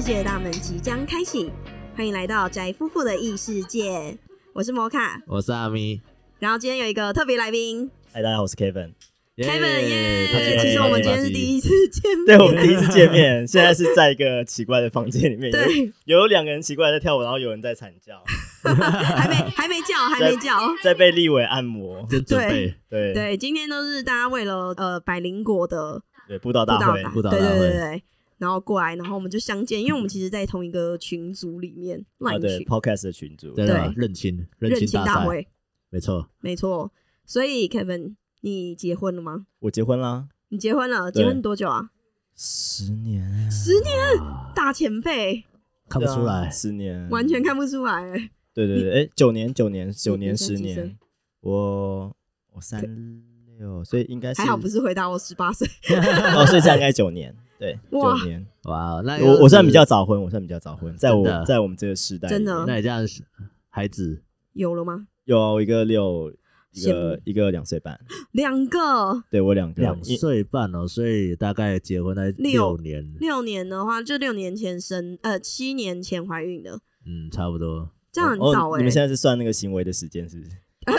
界的大门即将开启，欢迎来到宅夫妇的异世界。我是摩卡， 我是阿咪。 然后今天有一个特别来宾， 嗨，大家好，我是 Kevin。Kevin 耶！其实我们今天是第一次见面， 对，我们第一次见面，现在是在一个奇怪的房间里面， 对， 有两个人奇怪在跳舞，然后有人在惨叫， 还没叫， 在被立委按摩， 真准备。 对，今天都是大家为了百灵果的布道大会， 对，然后过来，然后我们就相见，因为我们其实在同一个群组里面， 对 Podcast 的群组， 对，认亲大会，没错。 所以 Kevin， 你结婚了吗？ 我结婚啦。 你结婚了？结婚多久啊 ？10年， 大前辈， 看不出来 ，10年， 完全看不出来。 对，9年，10年，我36，所以应该是还好不是回答我18岁哦，所以这样应该9年。对，9年， 哇！那我算比较早婚，在我们这个时代， 真的。 那你这样孩子有了吗？ 有一个6，一个2岁半 ，2个。 对，我2个 2岁半哦，所以大概结婚在6年。 6年的话，就6年前7年前怀孕的。 差不多。 这样很早你们现在是算那个行为的时间是不是？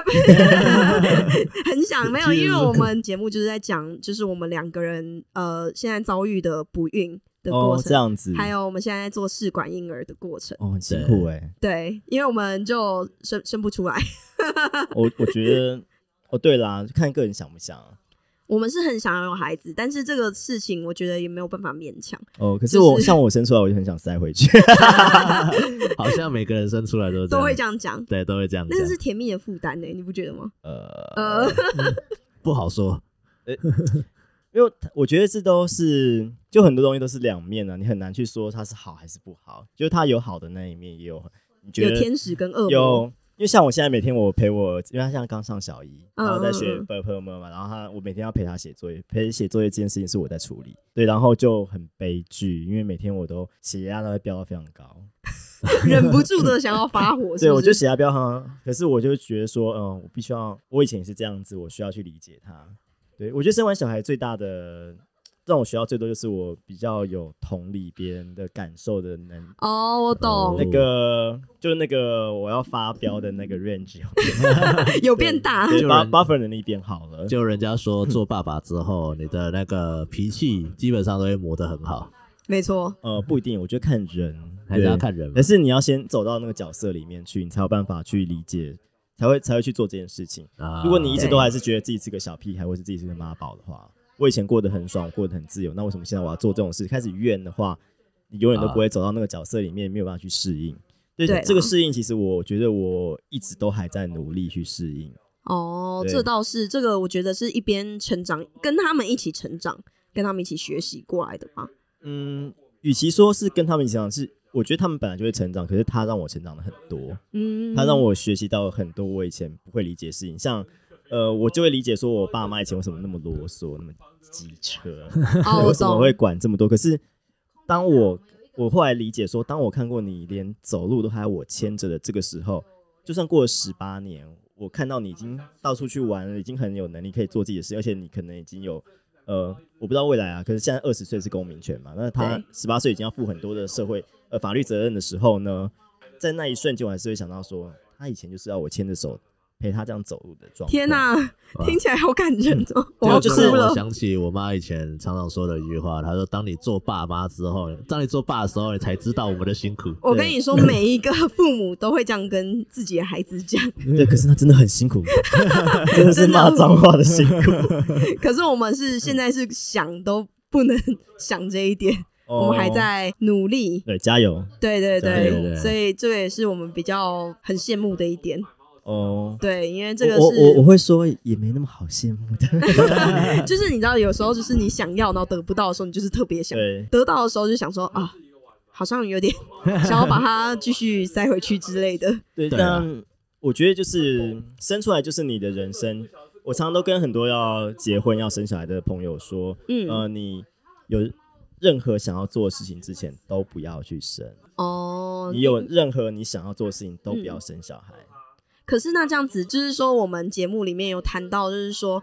很想没有，因为我们节目就是在讲，就是我们2个人现在遭遇的不孕的过程， 这样子， 还有我们现在做试管婴儿的过程， 很辛苦对，因为我们就生不出来。 我觉得对啦，看个人想不想。 我们是很想要有孩子，但是这个事情我觉得也没有办法勉强。 可是像我生出来，我就很想塞回去。 好像每个人生出来都会这样讲， 对，都会这样讲。 那是甜蜜的负担你不觉得吗？ 不好说。 因为我觉得这都是，就很多东西都是两面啊，你很难去说它是好还是不好。就是它有好的那一面，也有你觉得有天使跟恶魔。 因为像我现在每天我陪我，因为他现在刚上小1，然后在学 ㄅㄆㄇ 嘛，然后我每天要陪他写作业，陪写作业这件事情是我在处理，对，然后就很悲剧，因为每天我都血压都会飙到非常高， 忍不住的想要发火是不是？ 对，我就血压飙可是我就觉得说，我必须要，我以前也是这样子，我需要去理解他。对，我觉得生完小孩最大的让我学到最多就是我比较有同理别人的感受的能力。 我懂。 就是那个我要发飙的那个 range 有变大， 对，buffer 能力变好了。 就人家说做爸爸之后，你的那个脾气基本上都会磨得很好。 没错。 不一定，我觉得看人， 还是要看人。 但是你要先走到那个角色里面去，你才有办法去理解。才会去做这件事情。如果你一直都还是觉得自己是个小屁孩，或是自己是个妈宝的话，我以前过得很爽，我过得很自由，那为什么现在我要做这种事？开始怨的话，你永远都不会走到那个角色里面，没有办法去适应。对，这个适应，其实我觉得我一直都还在努力去适应。 这倒是，这个我觉得是一边成长，跟他们一起成长，跟他们一起学习过来的吧。 与其说是跟他们一起成长，是我觉得他们本来就会成长，可是他让我成长的很多。他让我学习到很多我以前不会理解的事情，像我就会理解说我爸妈以前为什么那么啰嗦，那么机车，为什么会管这么多。可是当我后来理解说，当我看过你连走路都还要我牵着的这个时候，就算过了18年，我看到你已经到处去玩了，已经很有能力可以做自己的事，而且你可能已经有我不知道未来啊，可是现在20岁是公民权嘛，那他18岁已经要负很多的社会法律责任的时候呢，在那一瞬间我还是会想到说，他以前就是要我牵着手陪他这样走路的状况。 天哪，听起来好感人哦！ 我想起我妈以前常常说的一句话，她说：“当你做爸妈之后，当你做爸的时候，你才知道我们的辛苦。” 我跟你说，每一个父母都会这样跟自己的孩子讲。 对，可是那真的很辛苦，真的是骂脏话的辛苦。 可是我们现在是想都不能想这一点。我们还在努力， 对，加油， 对，所以这个也是我们比较很羡慕的一点。对，因为这个是我会说也没那么好羡慕的， 就是你知道，有时候就是你想要，然后得不到的时候，你就是特别想；得到的时候就想说啊，好像有点想要把它继续塞回去之类的。 对，但我觉得就是生出来就是你的人生。我常常都跟很多要结婚要生小孩的朋友说，你有任何想要做的事情之前都不要去生。你有任何你想要做的事情都不要生小孩。 可是那这样子就是说，我们节目里面有谈到，就是说，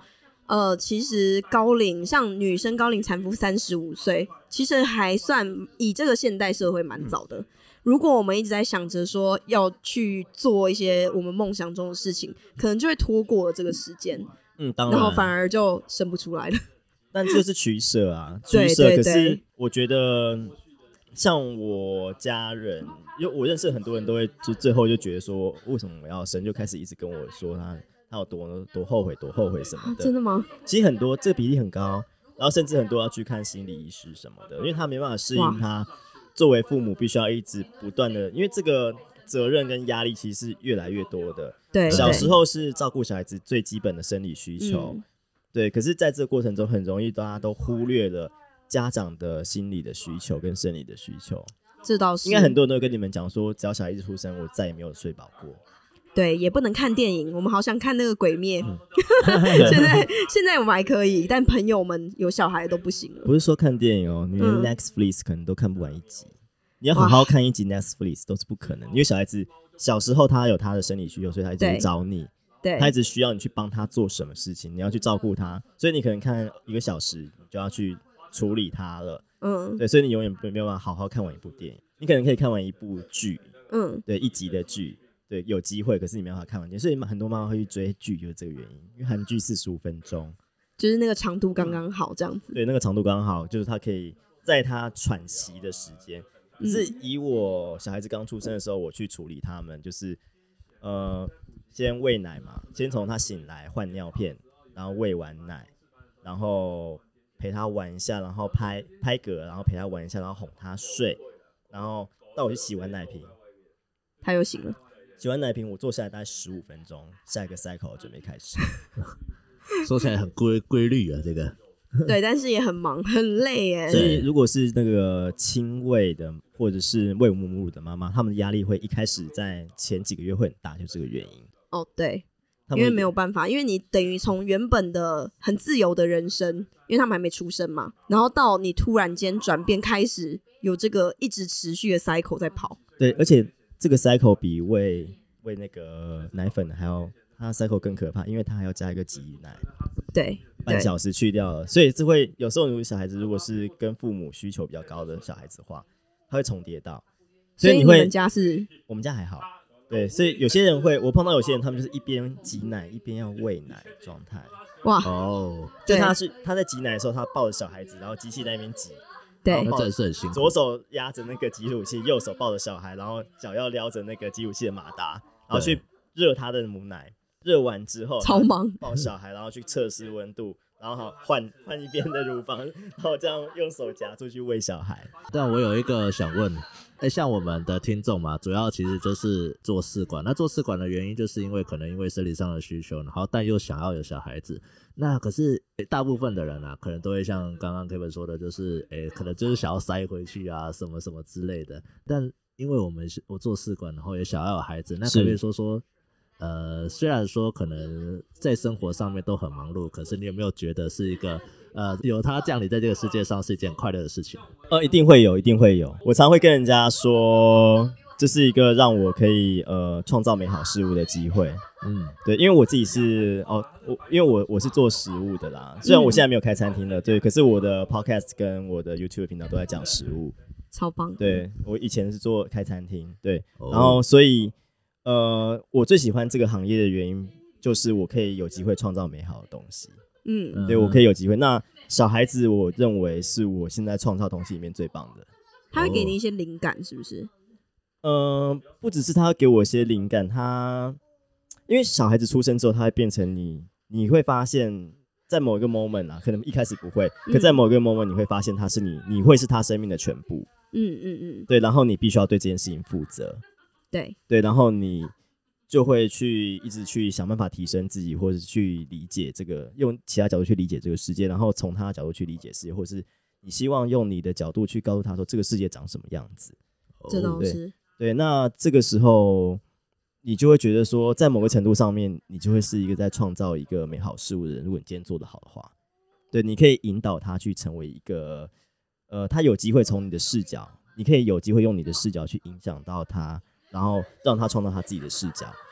其实高龄像女生高龄产妇35岁，其实还算以这个现代社会蛮早的。如果我们一直在想着说要去做一些我们梦想中的事情，可能就会拖过了这个时间， 当然， 然后反而就生不出来了。 但就是取舍啊，取舍。可是我觉得，像我家人，因为我认识很多人都会，就最后就觉得说，为什么我要生，就开始一直跟我说他有多后悔，多后悔什么的。 真的吗？ 其实很多，这个比例很高，然后甚至很多要去看心理医师什么的，因为他没办法适应他作为父母必须要一直不断的，因为这个责任跟压力其实是越来越多的。 对， 小时候是照顾小孩子最基本的生理需求。对，可是在这个过程中很容易大家都忽略了家长的心理的需求跟生理的需求。 这倒是， 应该很多人都会跟你们讲说，只要小孩一出生我再也没有睡饱过。 对，也不能看电影，我们好想看那个鬼灭。现在我们还可以，但朋友们有小孩都不行了。 不是说看电影哦，你连 Netflix 可能都看不完一集。你要好好看一集 Netflix 都是不可能，因为小孩子小时候他有他的生理需求，所以他一直会找你。对，他一直需要你去帮他做什么事情，你要去照顾他，所以你可能看1个小时，你就要去处理他了。对，所以你永远没有办法好好看完一部电影，你可能可以看完一部剧，对，1集的剧，对，有机会，可是你没办法看完，所以很多妈妈会去追剧，就是这个原因，因为韩剧45分钟， 就是那个长度刚刚好这样子。 对，那个长度刚刚好，就是他可以在他喘息的时间。可是以我小孩子刚出生的时候，我去处理他们，就是先喂奶嘛，先从他醒来换尿片，然后喂完奶，然后陪他玩一下，然后拍嗝，然后陪他玩一下，然后哄他睡，然后到我去洗完奶瓶， 他又醒了。 洗完奶瓶，我坐下来大概15分钟，下一个 cycle 准备开始。 说起来很规律啊，这个。 对，但是也很忙，很累耶。 所以如果是那个亲喂的或者是喂母乳的妈妈，他们的压力会一开始在前几个月会很大，就这个原因。 对，因为没有办法，因为你等于从原本的很自由的人生，因为他们还没出生嘛，然后到你突然间转变，开始有这个一直持续的 cycle 在跑。 对，而且这个 cycle 比喂那个奶粉还要，它 cycle 更可怕，因为它还要加一个挤奶。 对， 半小时去掉了，所以这会有时候，如果小孩子如果是跟父母需求比较高的小孩子的话，他会重叠到。 所以你们家是？ 我们家还好。对，所以有些人会，我碰到有些人，他们就是一边挤奶一边要喂奶的状态。 哇就他在挤奶的时候，他抱着小孩子，然后机器在那边挤。 对， 那真的是很辛苦。 左手压着那个挤乳器，右手抱着小孩，然后脚要撩着那个挤乳器的马达，然后去热他的母奶。热完之后， 超忙， 抱小孩，然后去测试温度，然后换一边的乳房，然后这样用手夹住去喂小孩。 但我有一个想问，像我们的听众嘛，主要其实就是做试管。那做试管的原因，就是因为可能因为生理上的需求，然后但又想要有小孩子。那可是大部分的人啊，可能都会像刚刚 Kevin 说的，就是可能就是想要塞回去啊，什么什么之类的。但因为我做试管，然后也想要有孩子，那可不可以说？虽然说可能在生活上面都很忙碌，可是你有没有觉得是一个有他降临在这个世界上是一件快乐的事情？ 一定会有，一定会有。我常会跟人家说，这是一个让我可以创造美好事物的机会。对，因为我自己是因为我是做食物的啦，虽然我现在没有开餐厅了，对，可是我的 podcast 跟我的 YouTube 频道都在讲食物， 超棒。 对，我以前是开餐厅，对，然后所以我最喜欢这个行业的原因，就是我可以有机会创造美好的东西。对，我可以有机会。那小孩子，我认为是我现在创造东西里面最棒的。 他会给你一些灵感，是不是？ 不只是他会给我一些灵感，因为小孩子出生之后，他会变成你会发现，在某一个 moment 啊，可能一开始不会，可在某一个 moment 你会发现他是你会是他生命的全部。对，然后你必须要对这件事情负责。对，然后你就会一直去想办法提升自己，或者去理解这个，用其他角度去理解这个世界，然后从他的角度去理解世界，或是你希望用你的角度去告诉他说这个世界长什么样子。 这倒是。 对，那这个时候你就会觉得说，在某个程度上面，你就会是一个在创造一个美好事物的人。如果你今天做得好的话，对，你可以引导他去成为一个他有机会从你的视角，你可以有机会用你的视角去影响到他。然后让他创造他自己的视角，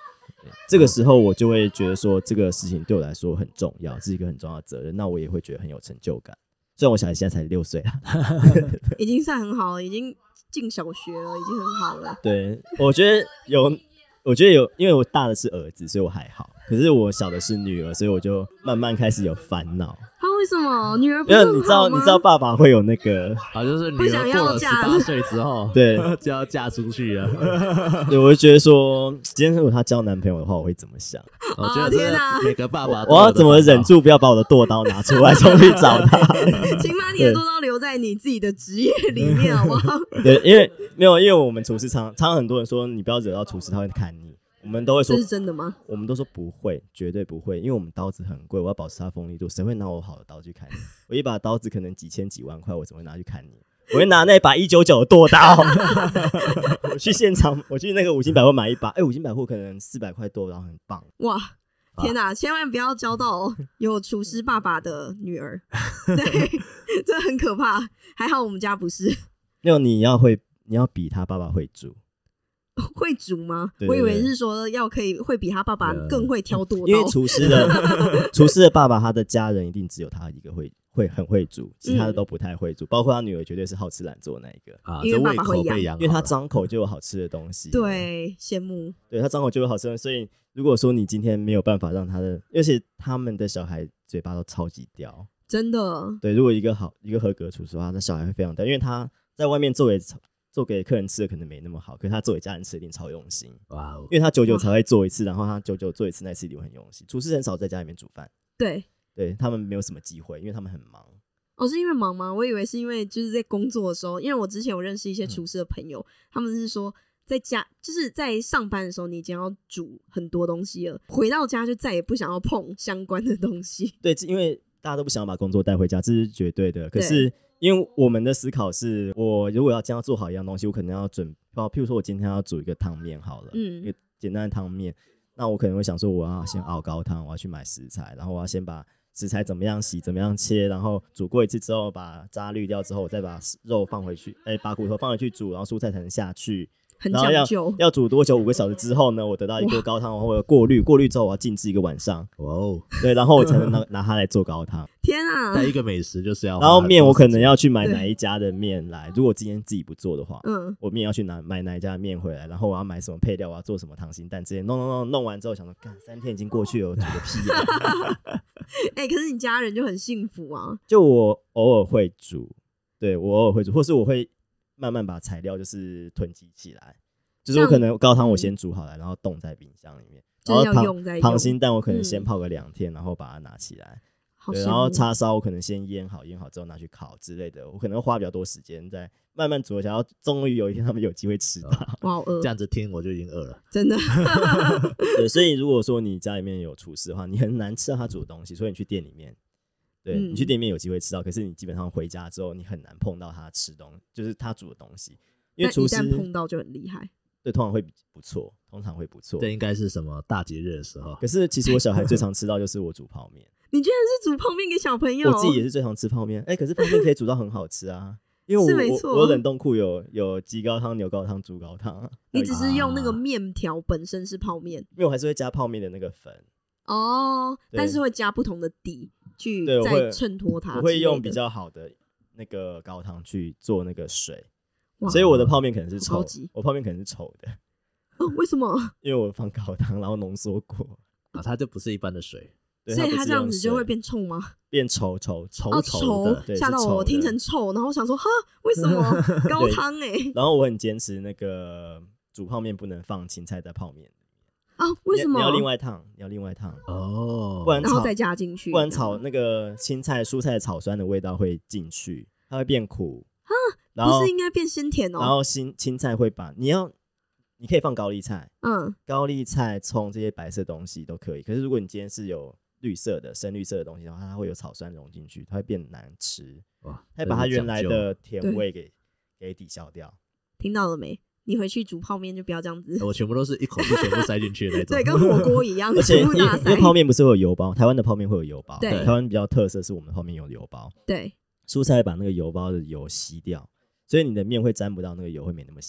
这个时候我就会觉得说这个事情对我来说很重要，是一个很重要的责任，那我也会觉得很有成就感。虽然我小孩现在才6岁啊， 已经算很好了，已经进小学了，已经很好了。 对，我觉得有，因为我大的是儿子，所以我还好。可是我小的是女儿，所以我就慢慢开始有烦恼。 为什么女儿不因为是很好吗？ 你知道爸爸会有那个， 就是女儿过了18岁之后， 对， 就要嫁出去了。 对，我就觉得说，今天如果她交男朋友的话，我会怎么想？ 我觉得天哪， 每个爸爸我要怎么忍住不要把我的剁刀拿出来冲去找他？ 请把你的剁刀留在你自己的职业里面，好不好？ 对，因为我们厨师常很多人说你不要惹到厨师，他会砍你。我们都会说， 这是真的吗？ 我们都说不会，绝对不会，因为我们刀子很贵，我要保持它锋利度，谁会拿我好的刀去砍你？我一把刀子可能几千几万块，我怎么会拿去砍你？我会拿那把199的剁刀。我去现场，我去那个五星百货买一把，五星百货可能400块剁刀，很棒。 哇！天哪，千万不要交到有厨师爸爸的女儿，对，这很可怕。还好我们家不是。 没有，你要比他爸爸会煮。 会煮吗？ 对对对， 我以为是说会比他爸爸更会挑剁刀， 因为厨师的爸爸，他的家人一定只有他一个会很会煮，其他的都不太会煮，包括他女儿绝对是好吃懒做那一个啊， 因为爸爸会养， 因为他张口就有好吃的东西。 对，羡慕。 对，他张口就有好吃的东西，所以如果说你今天没有办法让他的，而且他们的小孩嘴巴都超级刁， 真的。 对，如果一个合格厨师的话，那小孩会非常刁，因为他在外面做给客人吃的可能没那么好，可是他做给家人吃一定超用心。哇！因为他久久才会做一次，然后他久久做一次，那次一定会很用心。厨师很少在家里面煮饭，对，他们没有什么机会，因为他们很忙。 哦，是因为忙吗？我以为是因为就是在工作的时候，因为我之前有认识一些厨师的朋友，他们是说在家就是在上班的时候，你已经要煮很多东西了，回到家就再也不想要碰相关的东西。 对，因为大家都不想要把工作带回家，这是绝对的。可是因为我们的思考是，我如果要今天要做好一样东西，我可能要譬如说我今天要煮一个汤面好了，一个简单的汤面，那我可能会想说，我要先熬高汤，我要去买食材，然后我要先把食材怎么样洗，怎么样切，然后煮过一次之后，把渣滤掉之后，我再把肉放回去，把骨头放回去煮，然后蔬菜才能下去。 很讲究， 要煮多久？5个小时之后呢，我得到一锅高汤，然后我过滤之后我要静置1个晚上。哇哦，对，然后我才能拿它来做高汤。 天啊！ 但一个美食就是要， 然后面我可能要去买哪一家的面来，如果今天自己不做的话，我面要去买哪一家的面回来，然后我要买什么配料，我要做什么溏心蛋这些，弄完之后想说，干3天已经过去了，我煮个屁啊！ 可是你家人就很幸福啊。 就我偶尔会煮，对我偶尔会煮，或是我会慢慢把材料就是囤积起来。就是我可能高汤我先煮好了，然后冻在冰箱里面，然后溏心蛋我可能先泡个2天，然后把它拿起来，对，然后叉烧我可能先腌好之后拿去烤之类的，我可能花比较多时间在慢慢煮，想要终于有一天他们有机会吃到。 我好饿， 这样子听我就已经饿了， 真的。 对，所以如果说你家里面有厨师的话，你很难吃到他煮的东西，所以你去店里面，对，你去店里面有机会吃到，可是你基本上回家之后，你很难碰到他就是他煮的东西，因为厨师一旦碰到就很厉害。 对，通常会不错。 这应该是什么大节日的时候？ 可是其实我小孩最常吃到就是我煮泡面。 你居然是煮泡面给小朋友？ 我自己也是最常吃泡面。可是泡面可以煮到很好吃啊，因为我冷冻库有鸡高汤、牛高汤、猪高汤。 你只是用那个面条本身是泡面， 因为我还是会加泡面的那个粉。 哦，但是会加不同的底去再衬托它。 我会用比较好的那个高汤去做那个水。所以我的泡面可能是稠，我泡面可能是稠的。 为什么？ 因为我放高汤，然后浓缩过啊，它就不是一般的水， 所以它这样子就会变臭吗？ 变稠的，吓到我听成臭，然后我想说哈，为什么高汤然后我很坚持那个煮泡面不能放青菜在泡面里面啊，为什么？ 你要另外烫哦，不然然后再加进去， 不然炒那个青菜蔬菜草酸的味道会进去，它会变苦啊。不是应该变鲜甜哦？ 然后青菜会把你可以放高丽菜，高丽菜、葱这些白色东西都可以。可是如果你今天是有深绿色的东西的话，它会有草酸融进去，它会变难吃。哇，它会把它原来的甜味给抵消掉。 听到了没？你回去煮泡面就不要这样子。 我全部都是一口气全部塞进去的那种。 对，跟火锅一样。 而且因为泡面不是会有油包，台湾的泡面会有油包。 对， 台湾比较特色是我们的泡面有油包。 对， 蔬菜会把那个油包的油吸掉。所以你的面会沾不到那个油，会没那么香。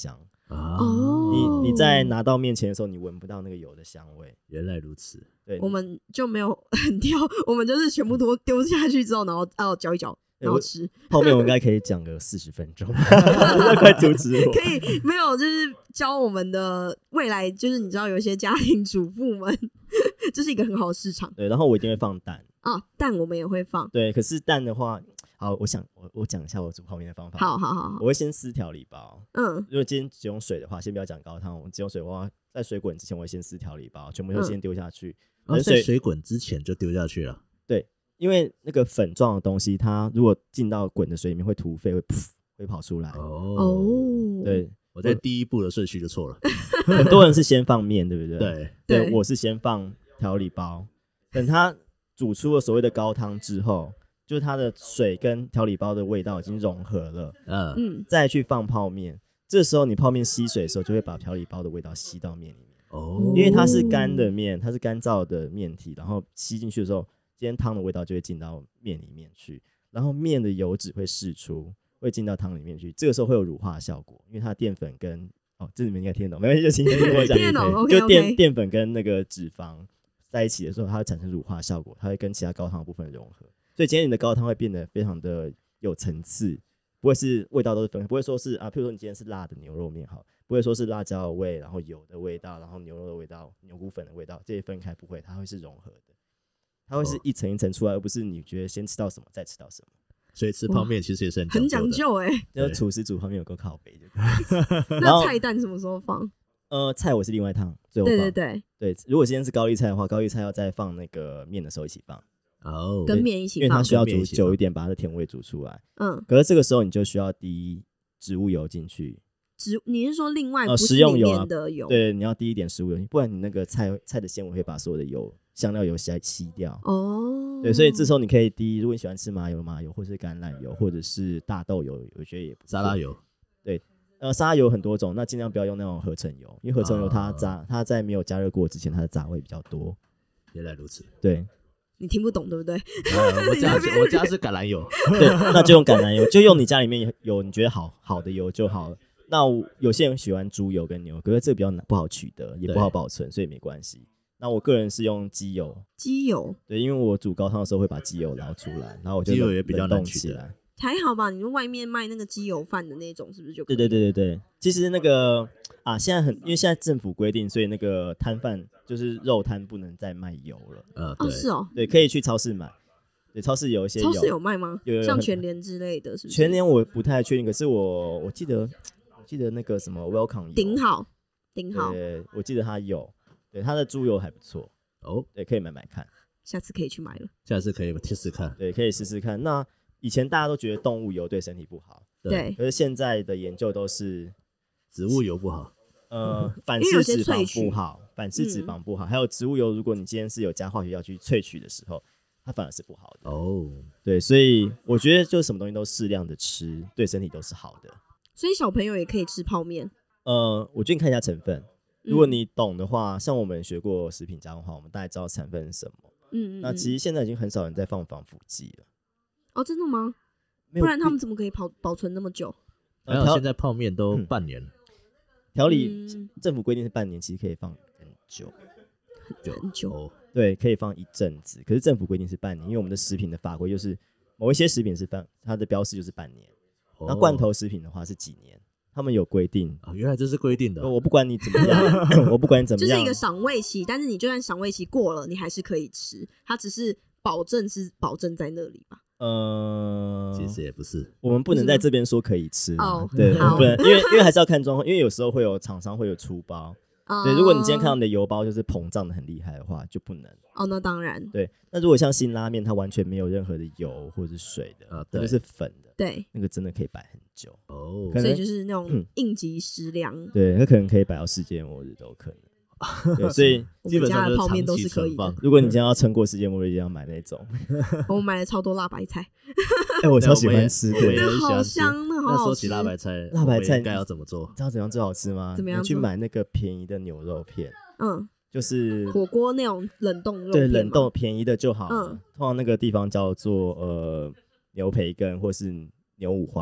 你在拿到面前的时候，你闻不到那个油的香味。 原来如此。 对， 我们就没有很挑，我们就是全部都丢下去之后，然后搅一搅，然后吃。 泡面我应该可以讲个40分钟，快阻止我。 可以，没有，就是教我们的未来，就是你知道有一些家庭主妇们，这是一个很好的市场。 对，然后我一定会放蛋啊，蛋我们也会放。 对，可是蛋的话，好，我讲一下我煮泡面的方法。 好， 我会先撕调理包。如果今天只用水的话，先不要讲高汤，我只用水的话，在水滚之前我会先撕调理包，全部都先丢下去。 在水滚之前就丢下去了。 对，因为那个粉状的东西，它如果进到滚的水里面会突沸，会跑出来。对， 我在第一步的顺序就错了。 很多人是先放面，对不对？ 对，我是先放调理包，等它煮出了所谓的高汤之后，就是它的水跟调理包的味道已经融合了，再去放泡面。这时候你泡面吸水的时候，就会把调理包的味道吸到面里面。因为它是干的面，它是干燥的面体，然后吸进去的时候，今天汤的味道就会进到面里面去，然后面的油脂会释出，会进到汤里面去。这个时候会有乳化的效果，因为它的淀粉跟这你们应该听得懂，没关系，就请听我讲。 听得懂， 就淀粉跟那个脂肪在一起的时候，它会产生乳化效果，它会跟其他高汤的部分融合，所以今天你的高汤会变得非常的有层次，不会是味道都是分开，不会说是譬如说你今天是辣的牛肉面好。不会说是辣椒的味，然后油的味道，然后牛肉的味道，牛骨粉的味道，这些分开不会，它会是融合的，它会是一层一层出来，而不是你觉得先吃到什么再吃到什么。 所以吃泡面其实也是很讲究就厨师煮泡面有够靠北的。 那菜蛋什么时候放？ 菜我是另外烫，最后放。 对， 如果今天是高丽菜的话，高丽菜要在放那个面的时候一起放。 跟面一起放， 因为它需要煮久一点，把它的甜味煮出来。可是这个时候你就需要滴植物油进去。 你是说另外不是里面的油？ 对，你要滴一点食物油，不然你那个菜的纤维会把所有的香料油吸掉。对，所以这时候你可以滴，如果你喜欢吃麻油，或是橄榄油，或者是大豆油，我觉得也不错。 沙拉油。 对，沙拉油很多种，那尽量不要用那种合成油，因为合成油它在没有加热过之前，它的杂味比较多。 原来如此。 对。 你听不懂对不对？ 我家是橄榄油。 对，那就用橄榄油，就用你家里面有你觉得好的油就好了。那有些人喜欢猪油跟牛油，可是这个比较不好取得，也不好保存，所以没关系。那我个人是用鸡油。对，因为我煮高汤的时候会把鸡油捞出来，然后我就鸡油也比较难取得。 还好吧，你们外面卖那个鸡油饭的那种是不是就可以？ 对，其实那个现在因为现在政府规定，所以那个摊贩就是肉摊不能再卖油了。 是哦。 对，可以去超市买。对，超市有一些油。 超市有卖吗？ 有像全联之类的，是不是？ 全联我不太确定，可是我记得那个什么 Welcome 油。 顶好。 对，我记得它有。对，它的猪油还不错。对，可以买看。 下次可以去买了。 下次可以试试看。 对，可以试试看。那以前大家都觉得动物油对身体不好， 对。 可是现在的研究都是植物油不好， 反式脂肪不好，还有植物油，如果你今天是有加化学药去萃取的时候，它反而是不好的。对，所以我觉得就什么东西都适量的吃，对身体都是好的。 所以小朋友也可以吃泡面。 我建议看一下成分，如果你懂的话，像我们学过食品加工的话，我们大概知道成分是什么。那其实现在已经很少人在放防腐剂了。 真的吗？不然他们怎么可以保存那么久？ 还有现在泡面都半年了。 调理政府规定是半年，其实可以放很久。 很久。 对，可以放一阵子。可是政府规定是半年，因为我们的食品的法规就是某一些食品是它的标示就是半年，那罐头食品的话是几年。他们有规定原来这是规定的。 我不管你怎么样，我不管你怎么样， 就是一个赏味期，但是你就算赏味期过了，你还是可以吃，它只是保证在那里吧。 其实也不是， 我们不能在这边说可以吃。对，不能，因为还是要看状况，因为有时候会有厂商会有出包。对，如果你今天看到你的油包就是膨胀的很厉害的话，就不能。 那当然。 对，那如果像辛拉面，它完全没有任何的油或者是水的，它就是粉的。 对， 那个真的可以摆很久。 所以就是那种应急食粮。 对，它可能可以摆到世界末日都有可能。对，所以基本上的泡面都是可以的。 如果你今天要撑过世界末日，一定要买那种。 我买了超多辣白菜。 我超喜欢吃， 对， 好香，那好好吃。 说起辣白菜应该要怎么做？ 你知道怎样最好吃吗？ 怎么样？ 你去买那个便宜的牛肉片，就是火锅那种冷冻肉片。 对，冷冻便宜的就好。通常那个地方叫做牛培根或是牛五花。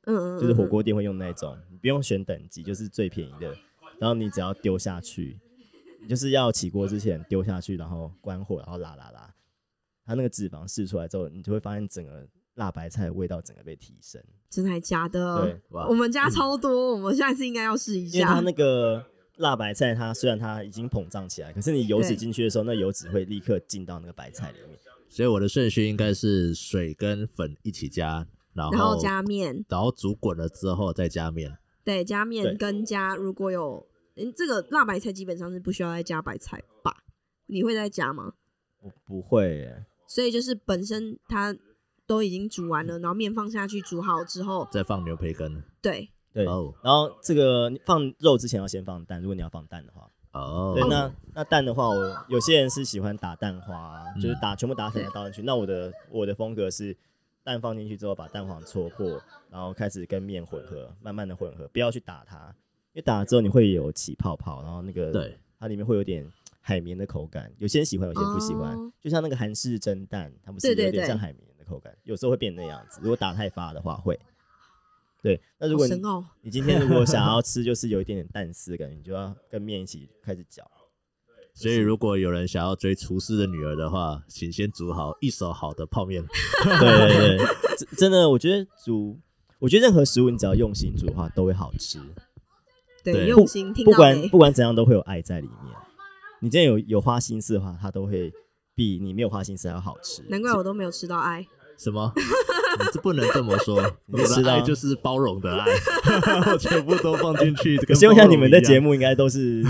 就是火锅店会用那种，你不用选等级，就是最便宜的，然后你只要丢下去，你就是要起锅之前丢下去，然后关火，然后拉，它那个脂肪释出来之后，你就会发现整个辣白菜的味道整个被提升。 真的还假的？ 对， 我们家超多，我们下一次应该要试一下。 因为它那个辣白菜，它虽然它已经膨胀起来，可是你油脂进去的时候，那油脂会立刻进到那个白菜里面。 所以我的顺序应该是水跟粉一起加，然后加面， 然后煮滚了之后再加面。 对，加面跟加如果有这个辣白菜基本上是不需要再加白菜吧？你会再加吗？ 我不会耶。 所以就是本身它都已经煮完了，然后面放下去煮好之后， 再放牛培根。 对， 然后这个放肉之前要先放蛋，如果你要放蛋的话。对，那蛋的话，有些人是喜欢打蛋花，就是全部打起来倒进去。那我的风格是蛋放进去之后，把蛋黄戳破，然后开始跟面混合，慢慢的混合，不要去打它，因为打了之后你会有起泡泡，然后那个它里面会有点海绵的口感，有些人喜欢，有些人不喜欢。就像那个韩式蒸蛋，它不是有点像海绵的口感，有时候会变那样子。如果打太发的话会。对，那如果你今天如果想要吃，就是有一点点蛋丝感，你就要跟面一起开始搅。 所以如果有人想要追厨师的女儿的话，请先煮好一手好的泡面。 对，真的，我觉得任何食物你只要用心煮的话，都会好吃。 对，用心听到不管怎样都会有爱在里面。你今天有花心思的话，它都会比你没有花心思还要好吃。 难怪我都没有吃到爱。 什么？你这不能这么说，我的爱就是包容的爱，我全部都放进去。 希望像你们的节目应该都是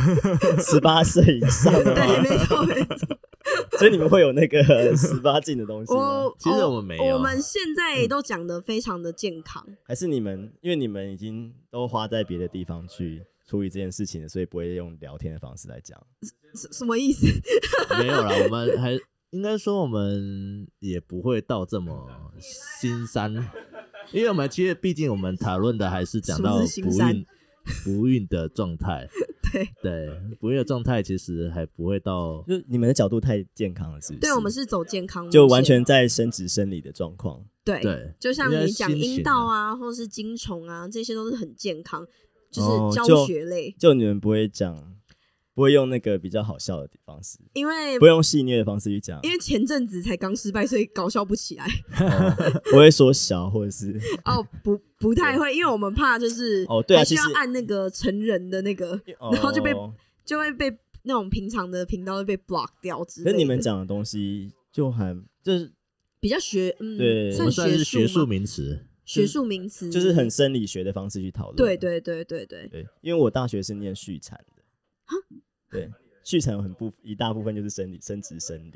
18岁以上的， 对，没错。 所以你们会有那个18禁的东西吗？ 其实我们没有， 我们现在都讲得非常的健康。 还是你们因为你们已经都花在别的地方去处理这件事情了，所以不会用聊天的方式来讲？ 什么意思？ 没有啦，我们还。应该说我们也不会到这么心酸，因为我们其实毕竟我们讨论的还是讲到不孕的状态。对，不孕的状态其实还不会到， 就你们的角度太健康了，是不是？ 对，我们是走健康路线， 就完全在生殖生理的状况。 对，就像你讲阴道啊，或是精虫啊，这些都是很健康，就是教学类。 就你们不会讲。不会用那个比较好笑的方式， 因为不会用戏谑的方式去讲， 因为前阵子才刚失败，所以搞笑不起来。 不会说小或者是不太会，因为我们怕就是对啊， 还需要按那个成人的那个，然后就会被那种平常的频道会被 block 掉之类的。 可是你们讲的东西就是比较对，算是学术名词。 学术名词就是很生理学的方式去讨论。 对， 因为我大学是念畜产的。对，畜产有一大部分就是生殖生理。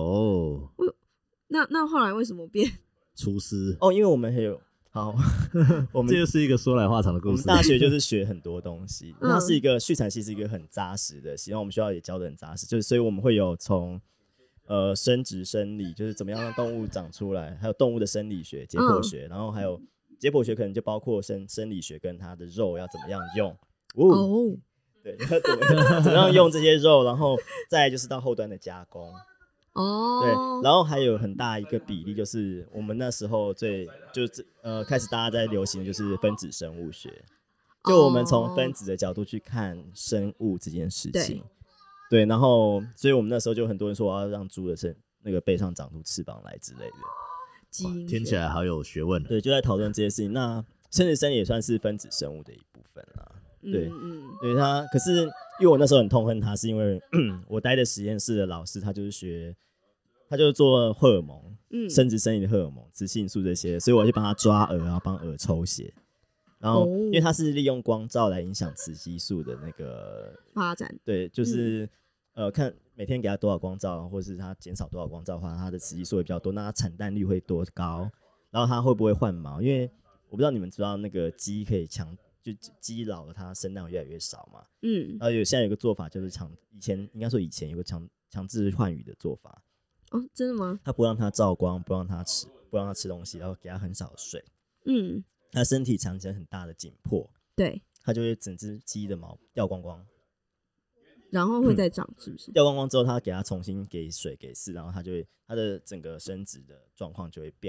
那后来为什么变厨师？ 因为我们还有我们这就是一个说来话长的故事。 我们大学就是学很多东西，它是一个畜产系，是一个很扎实的，希望我们学校也教得很扎实，就是所以我们会有从生殖生理，就是怎么样让动物长出来，还有动物的生理学、解剖学，然后还有解剖学可能就包括生理学跟它的肉要怎么样用。对，怎么样用这些肉，然后再来就是到后端的加工。对，然后还有很大一个比例就是我们那时候开始大家在流行的就是分子生物学，就我们从分子的角度去看生物这件事情。对，然后所以我们那时候就很多人说我要让猪的那个背上长出翅膀来之类的。 听起来好有学问。 对，就在讨论这些事情。那生殖生理也算是分子生物的一部分啦。对，可是因为我那时候很痛恨他，是因为我待的实验室的老师他就是做荷尔蒙，生殖生理的荷尔蒙、雌性素这些，所以我就帮他抓蛾，然后帮蛾抽血，然后因为他是利用光照来影响雌激素的那个发展，对， 就是看每天给他多少光照，或者是他减少多少光照的话，他的雌激素会比较多，那他产蛋率会多高，然后他会不会换毛？因为我不知道你们知道那个鸡可以就鸡老了，它生蛋会越来越少嘛。然后现在有个做法就是以前有个强制换羽的做法。 真的吗？ 他不让它照光，不让它吃东西，然后给它很少的水。它身体产生很大的紧迫， 对， 它就会整只鸡的毛掉光光， 然后会再长，是不是？ 掉光光之后，它给它重新给水给饲，然后它的整个生殖的状况就会变好。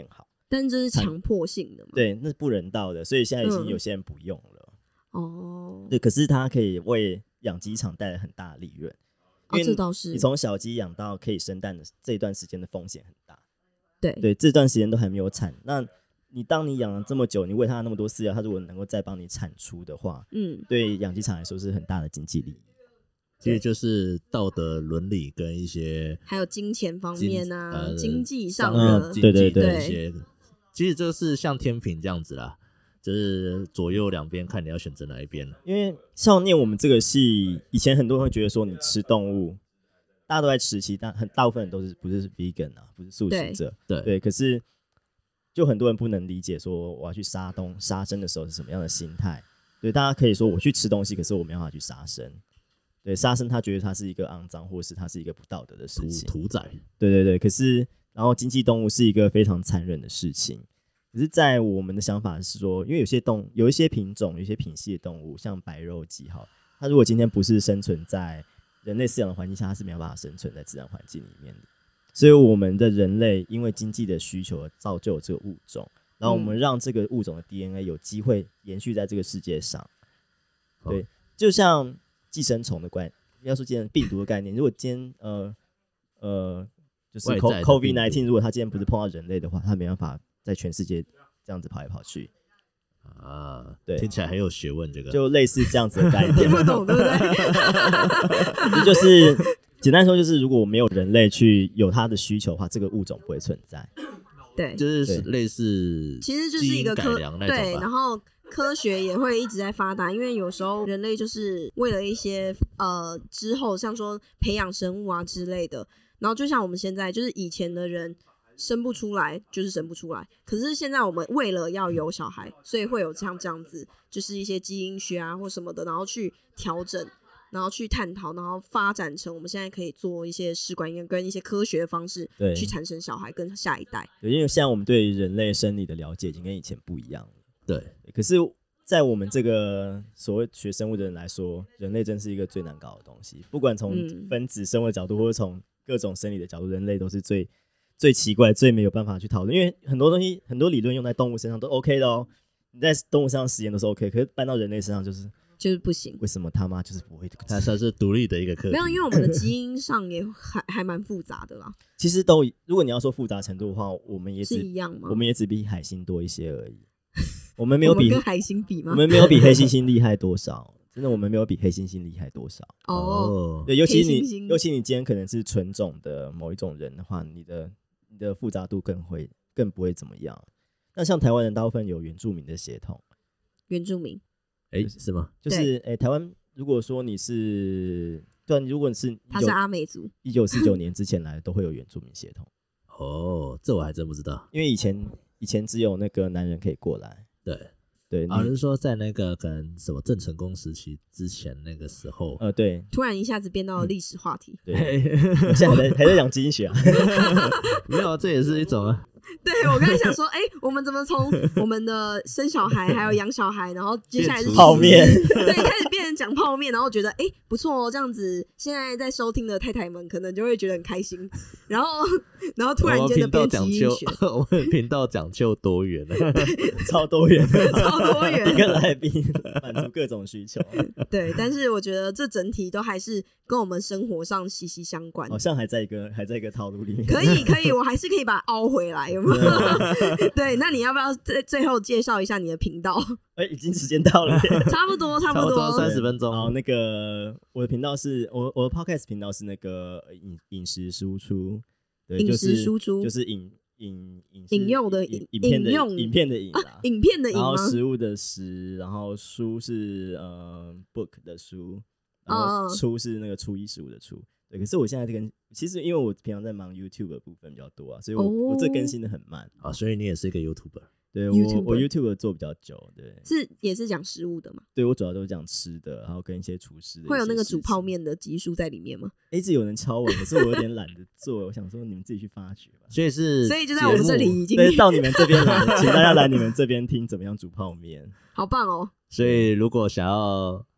但这是强迫性的嘛？ 对，那是不人道的，所以现在已经有些人不用了。对，可是它可以为养鸡场带来很大的利润。 这倒是。 你从小鸡养到可以生蛋的这一段时间的风险很大。 对， 这段时间都还没有产，那当你养了这么久，你喂它那么多饲料，它如果能够再帮你产出的话，对养鸡场来说是很大的经济利益。 其实就是道德伦理跟一些还有金钱方面啊，经济上的， 对一些，其实就是像天平这样子啦，就是左右两边看你要选择哪一边了。 因为像念我们这个系，以前很多人会觉得说你吃动物，大家都在吃，其实大部分人都是不是 vegan 啊，不是素食者，对，可是就很多人不能理解说我要去杀生的时候是什么样的心态。对，大家可以说我去吃东西，可是我没办法去杀生。对，杀生他觉得它是一个肮脏，或是它是一一个不道德的事情， 屠宰。 对，可是然后经济动物是一个非常残忍的事情。可是在我们的想法是说，因为有一些品种，有一些品系的动物，像白肉鸡它如果今天不是生存在人类饲养的环境下，它是没有办法生存在自然环境里面的。所以我们的人类因为经济的需求而造就了这个物种，然后我们让这个物种的 DNA 有机会延续在这个世界上。对，就像寄生虫的概念，要说今天病毒的概念，如果今天就是 COVID-19， 如果它今天不是碰到人类的话，它没办法在全世界这样子跑来跑去啊。 对， 听起来很有学问，这个就类似这样子的概念， 听不懂对不对？ 就是简单说，就是如果没有人类去有它的需求的话，这个物种不会存在。 对， 就是类似， 其实就是一个改良那种吧。 对，然后科学也会一直在发达，因为有时候人类就是为了一些之后像说培养生物啊之类的，然后就像我们现在就是以前的人生不出来就是生不出来，可是现在我们为了要有小孩，所以会有像这样子就是一些基因学啊或什么的，然后去调整，然后去探讨，然后发展成我们现在可以做一些试管婴儿跟一些科学的方式去产生小孩跟下一代。 对，因为现在我们对人类生理的了解已经跟以前不一样了。 对， 可是在我们这个所谓学生物的人来说，人类真是一个最难搞的东西。不管从分子生物的角度，或者从各种生理的角度，人类都是最奇怪、最没有办法去讨论。因为很多东西、很多理论用在动物身上都 OK 的哦，你在动物身上实验都是 OK， 可是搬到人类身上就是不行。 为什么他妈就是不会？ 它算是独立的一个课题。 没有，因为我们的基因上也还蛮复杂的啦。 其实如果你要说复杂程度的话，我们也是一样吗？我们也只比海星多一些而已。我们没有比跟海星比吗？ 我们没有比黑猩猩厉害多少，真的，我们没有比黑猩猩厉害多少。对，尤其你今天可能是纯种的某一种人的话，你的复杂度更不会怎么样。那像台湾人大部分有原住民的血统， 原住民， 是吗？ 就是台湾，如果说你是对，如果他是阿美族 ，1949年之前来的都会有原住民血统。 这我还真不知道， 因为以前只有那个男人可以过来。对， 就是说在那个可能什么郑成功时期之前那个时候， 对， 突然一下子变到了历史话题。 对，我现在还在讲基因学啊， 没有，这也是一种啊。 对，我刚才想说，我们怎么从我们的生小孩还有养小孩，然后接下来是泡面， 对，开始变成讲泡面，然后觉得不错哦，这样子现在在收听的太太们可能就会觉得很开心，然后突然间的变基因学， 我们频道讲究多元超多元， 超多元， 一个来宾满足各种需求。 对，但是我觉得这整体都还是跟我们生活上息息相关， 好像还在一个套路里面。 可以，我还是可以把它凹回来，有没有？对，那你要不要最后介绍一下你的频道？ 已经时间到了， 差不多 30分钟。 好，那个我的频道是我的 podcast 频道是那个饮食输出，对， 饮食输出就是引用的影片的影啦， 影片的影， 然后食物的食，然后书是book 的书，然后初是那个初一十五的初。对，可是我现在其实因为我平常在忙 YouTube 的部分比较多啊，所以我这更新的很慢啊，所以你也是一个 YouTuber。 对，我 YouTube 做比较久，对， 也是讲食物的嘛？ 对，我主要都是讲吃的，然后跟一些厨师的。 会有那个煮泡面的集数在里面吗？ 一直有人敲我，可是我有点懒得做，我想说你们自己去发掘吧。 所以就在我们这里已经到你们这边来，请大家来你们这边听怎么样煮泡面， 好棒哦！ 所以如果想要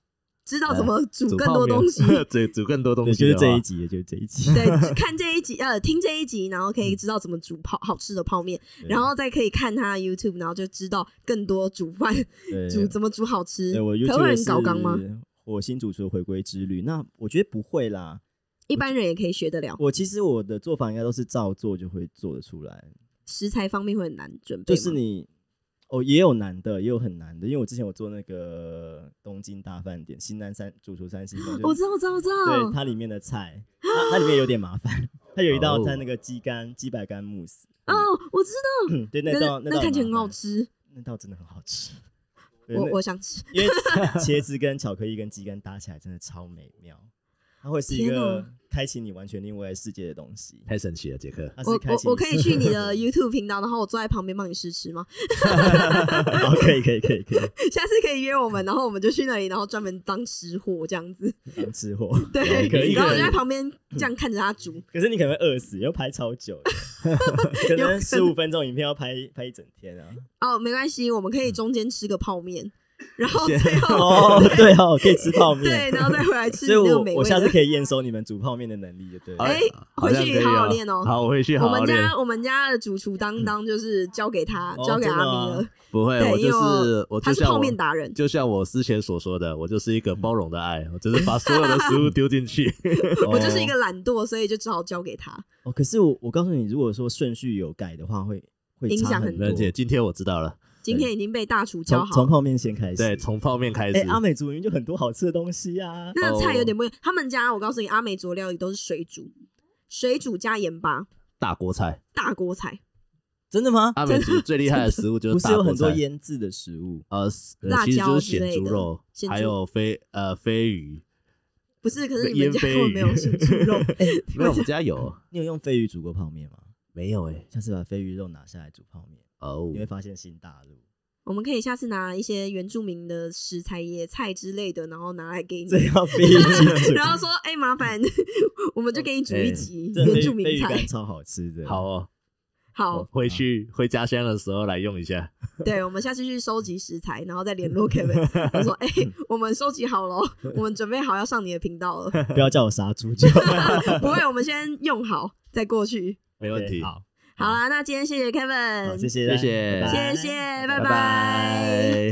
知道怎么煮更多东西， 煮更多东西， 就是这一集，就是这一集。 对，看这一集，听这一集，然后可以知道怎么煮好吃的泡面，然后再可以看他的 YouTube， 然后就知道更多煮饭怎么煮好吃。 对，我 YouTube 可会有人搞纲吗？ 火星主厨的回归之旅，那我觉得不会啦， 一般人也可以学得了。 其实我的做法应该都是照做就会做得出来。 食材方面会很难准备吗？ 就是你也有难的，也有很难的，因为我之前有做那个东京大饭店新南山主厨3星风， 我知道。 对，它里面的菜，它里面有点麻烦，它有一道菜那个鸡白干慕斯。 哦，我知道。 对，那道看起来很好吃， 那道真的很好吃。 我想吃， 因为茄子跟巧克力跟鸡肝搭起来真的超美妙。它会是一个开启你完全另外世界的东西， 太神奇了，杰克。 我可以去你的 YouTube 频道，然后我坐在旁边帮你试吃吗？ 可以。 下次可以约我们，然后我们就去那里，然后专门当吃货这样子。 当吃货， 对， 可以。 然后我就在旁边这样看着他煮。 可是你可能会饿死，要拍超久的，可能15分钟影片要拍一整天啊。 哦，没关系，我们可以中间吃个泡面。然后最后对可以吃泡面， 对，然后再回来吃。 所以我下次可以验收你们煮泡面的能力，就对了。 回去好好练哦。 好，我回去好好练。 我们家的主厨当就是交给他，交给阿明了。 不会，我他是泡面达人， 就像我之前所说的，我就是一个包容的爱，我就是把所有的食物丢进去。 我就是一个懒惰，所以就只好交给他。 可是我告诉你，如果说顺序有改的话，会影响很多。 今天我知道了。 今天已经被大厨教好， 从泡面先开始。 对，从泡面开始。 阿美族人就很多好吃的东西啊。 那个菜有点不一样，他们家我告诉你，阿美族料理都是水煮加盐巴， 大锅菜。 真的吗？ 阿美族最厉害的食物就是大锅菜。 不是有很多腌制的食物？ 其实就是咸猪肉，还有飞鱼。 不是，可是你们家根本没有咸猪肉。 没有，我们家有。 你有用飞鱼煮过泡面吗？ 没有下次把飞鱼肉拿下来煮泡面。你会发现新大陆。 我们可以下次拿一些原住民的食材、野菜之类的，然后拿来给你。 这要飞一集然后说，麻烦，我们就给你煮一集原住民菜， 飞鱼干超好吃的。 好， 回家乡的时候来用一下。 对，我们下次去收集食材，然后再联络 Kevin。他说：“我们收集好了，我们准备好要上你的频道了。” 不要叫我杀猪就。 不会，我们先用好再过去。 没问题。 好啦，那今天谢谢 Kevin， 谢谢， 拜拜。